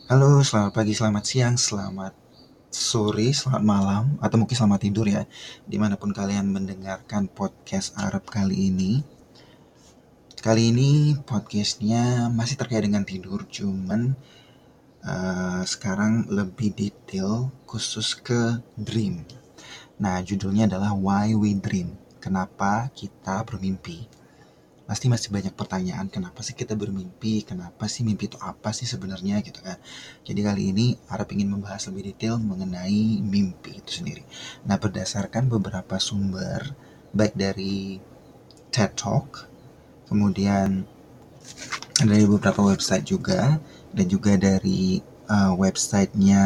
Halo, selamat pagi, selamat siang, selamat sore, selamat malam, atau mungkin selamat tidur ya, dimanapun kalian mendengarkan podcast Arab kali ini. Kali ini podcastnya masih terkait dengan tidur, cuman sekarang lebih detail khusus ke dream. Nah, judulnya adalah Why We Dream. Kenapa kita bermimpi? Pasti masih banyak pertanyaan, kenapa sih kita bermimpi, kenapa sih mimpi itu apa sih sebenarnya gitu kan. Jadi kali ini Arab ingin membahas lebih detail mengenai mimpi itu sendiri. Nah, berdasarkan beberapa sumber, baik dari TED Talk, kemudian dari beberapa website juga, dan juga dari websitenya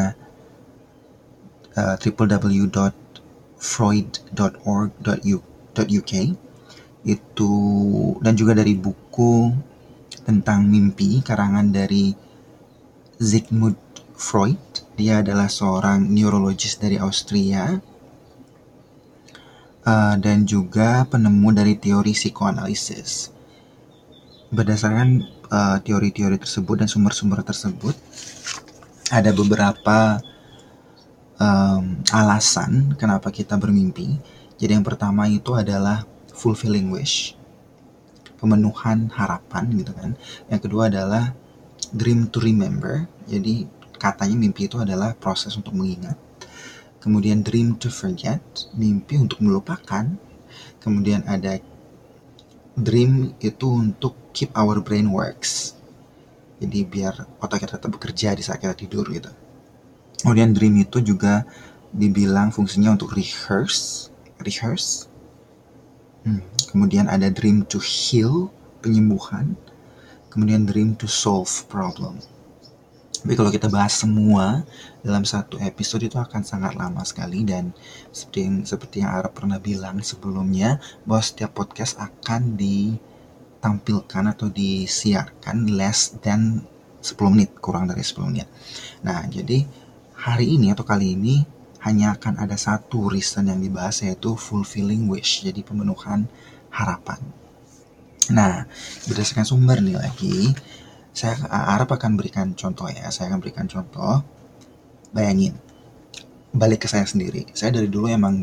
www.freud.org.uk itu, dan juga dari buku tentang mimpi karangan dari Sigmund Freud. Dia adalah seorang neurologis dari Austria dan juga penemu dari teori psikoanalisis. Berdasarkan teori-teori tersebut dan sumber-sumber tersebut, ada beberapa alasan kenapa kita bermimpi. Jadi yang pertama itu adalah fulfilling wish, pemenuhan harapan gitu kan. Yang kedua adalah dream to remember, jadi katanya mimpi itu adalah proses untuk mengingat. Kemudian dream to forget, mimpi untuk melupakan. Kemudian ada dream itu untuk keep our brain works, jadi biar otak kita tetap bekerja di saat kita tidur gitu. Kemudian dream itu juga dibilang fungsinya untuk rehearse. Kemudian ada dream to heal, penyembuhan. Kemudian dream to solve problem. Tapi kalau kita bahas semua dalam satu episode itu akan sangat lama sekali, dan seperti yang Arab pernah bilang sebelumnya, bahwa setiap podcast akan ditampilkan atau disiarkan less than 10 menit, kurang dari 10 menit. Nah, jadi hari ini atau kali ini hanya akan ada satu reason yang dibahas, yaitu fulfilling wish, jadi pemenuhan harapan. Nah, berdasarkan sumber nih lagi, Arab akan berikan contoh ya. Saya akan berikan contoh. Bayangin, balik ke saya sendiri. Saya dari dulu emang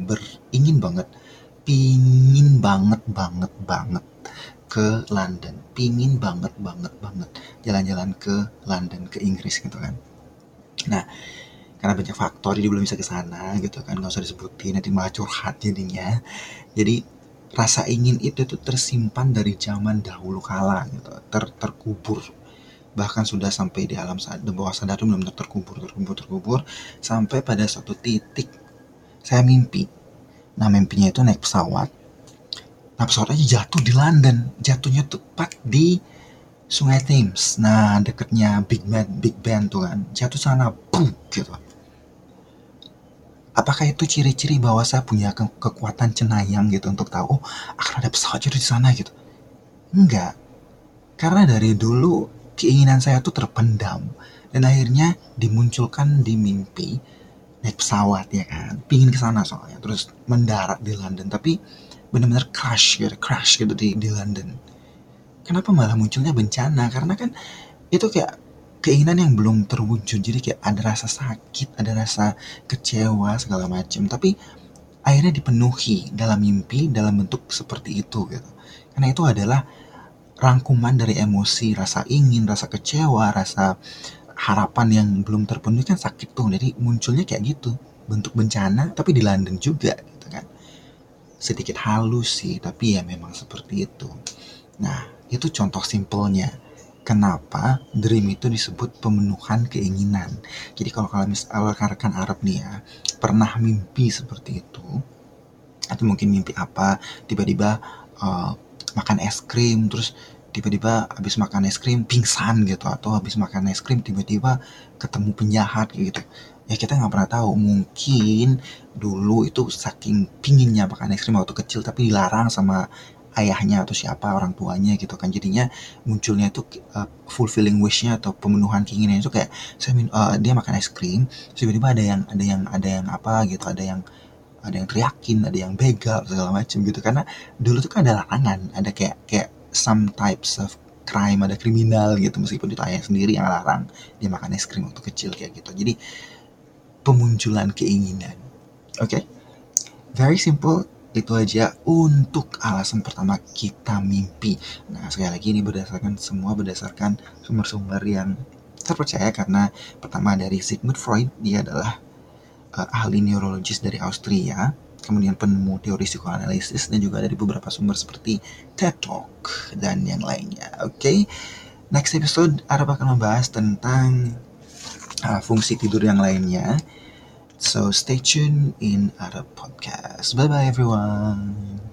pingin banget ke London. Pingin banget jalan-jalan ke London, ke Inggris gitu kan. Nah, karena banyak faktor jadi belum bisa ke sana gitu kan. Gak usah disebutin, nanti malah curhat jadinya. Jadi rasa ingin itu tuh tersimpan dari zaman dahulu kala gitu, terkubur, bahkan sudah sampai di alam bawah sadar itu benar-benar terkubur sampai pada suatu titik saya mimpi. Nah, mimpinya itu naik pesawat. Nah, pesawatnya jatuh di London, jatuhnya tepat di Sungai Thames. Nah, dekatnya Big Ben tuh kan, jatuh sana, boom gitu. Apakah itu ciri-ciri bahwa saya punya kekuatan cenayang gitu untuk tahu, oh, akan ada pesawat jatuh di sana gitu? Enggak. Karena dari dulu keinginan saya tuh terpendam, dan akhirnya dimunculkan di mimpi naik pesawat ya kan, pingin kesana soalnya, terus mendarat di London, tapi benar-benar crash gitu di London. Kenapa malah munculnya bencana? Karena kan itu kayak keinginan yang belum terwujud, jadi kayak ada rasa sakit, ada rasa kecewa segala macam, tapi akhirnya dipenuhi dalam mimpi dalam bentuk seperti itu gitu. Karena itu adalah rangkuman dari emosi, rasa ingin, rasa kecewa, rasa harapan yang belum terpenuhi, kan sakit tuh. Jadi munculnya kayak gitu, bentuk bencana, tapi di London juga gitu kan. Sedikit halus sih, tapi ya memang seperti itu. Nah, itu contoh simpelnya kenapa dream itu disebut pemenuhan keinginan. Jadi kalau rekan Arab nih ya, pernah mimpi seperti itu, atau mungkin mimpi apa, tiba-tiba makan es krim, terus tiba-tiba habis makan es krim pingsan gitu, atau habis makan es krim tiba-tiba ketemu penjahat gitu. Ya kita nggak pernah tahu, mungkin dulu itu saking pinginnya makan es krim waktu kecil, tapi dilarang sama ayahnya atau siapa orang tuanya gitu kan, jadinya munculnya itu fulfilling wishnya atau pemenuhan keinginannya itu kayak dia makan es krim, tiba-tiba ada yang apa gitu, ada yang teriakin, ada yang begal segala macam gitu, karena dulu tuh kan ada larangan, ada kayak some types of crime, ada kriminal gitu, meskipun itu ayah sendiri yang larang dia makan es krim waktu kecil kayak gitu. Jadi pemunculan keinginan. Oke? Very simple, itu aja untuk alasan pertama kita mimpi. Nah, sekali lagi ini semua berdasarkan sumber-sumber yang terpercaya, karena pertama dari Sigmund Freud, dia adalah ahli neurologis dari Austria, kemudian penemu teori psikoanalisis, dan juga dari beberapa sumber seperti TED Talk dan yang lainnya. Oke, next episode Ara bakal membahas tentang fungsi tidur yang lainnya. So stay tuned in Ara Podcast. Bye bye everyone.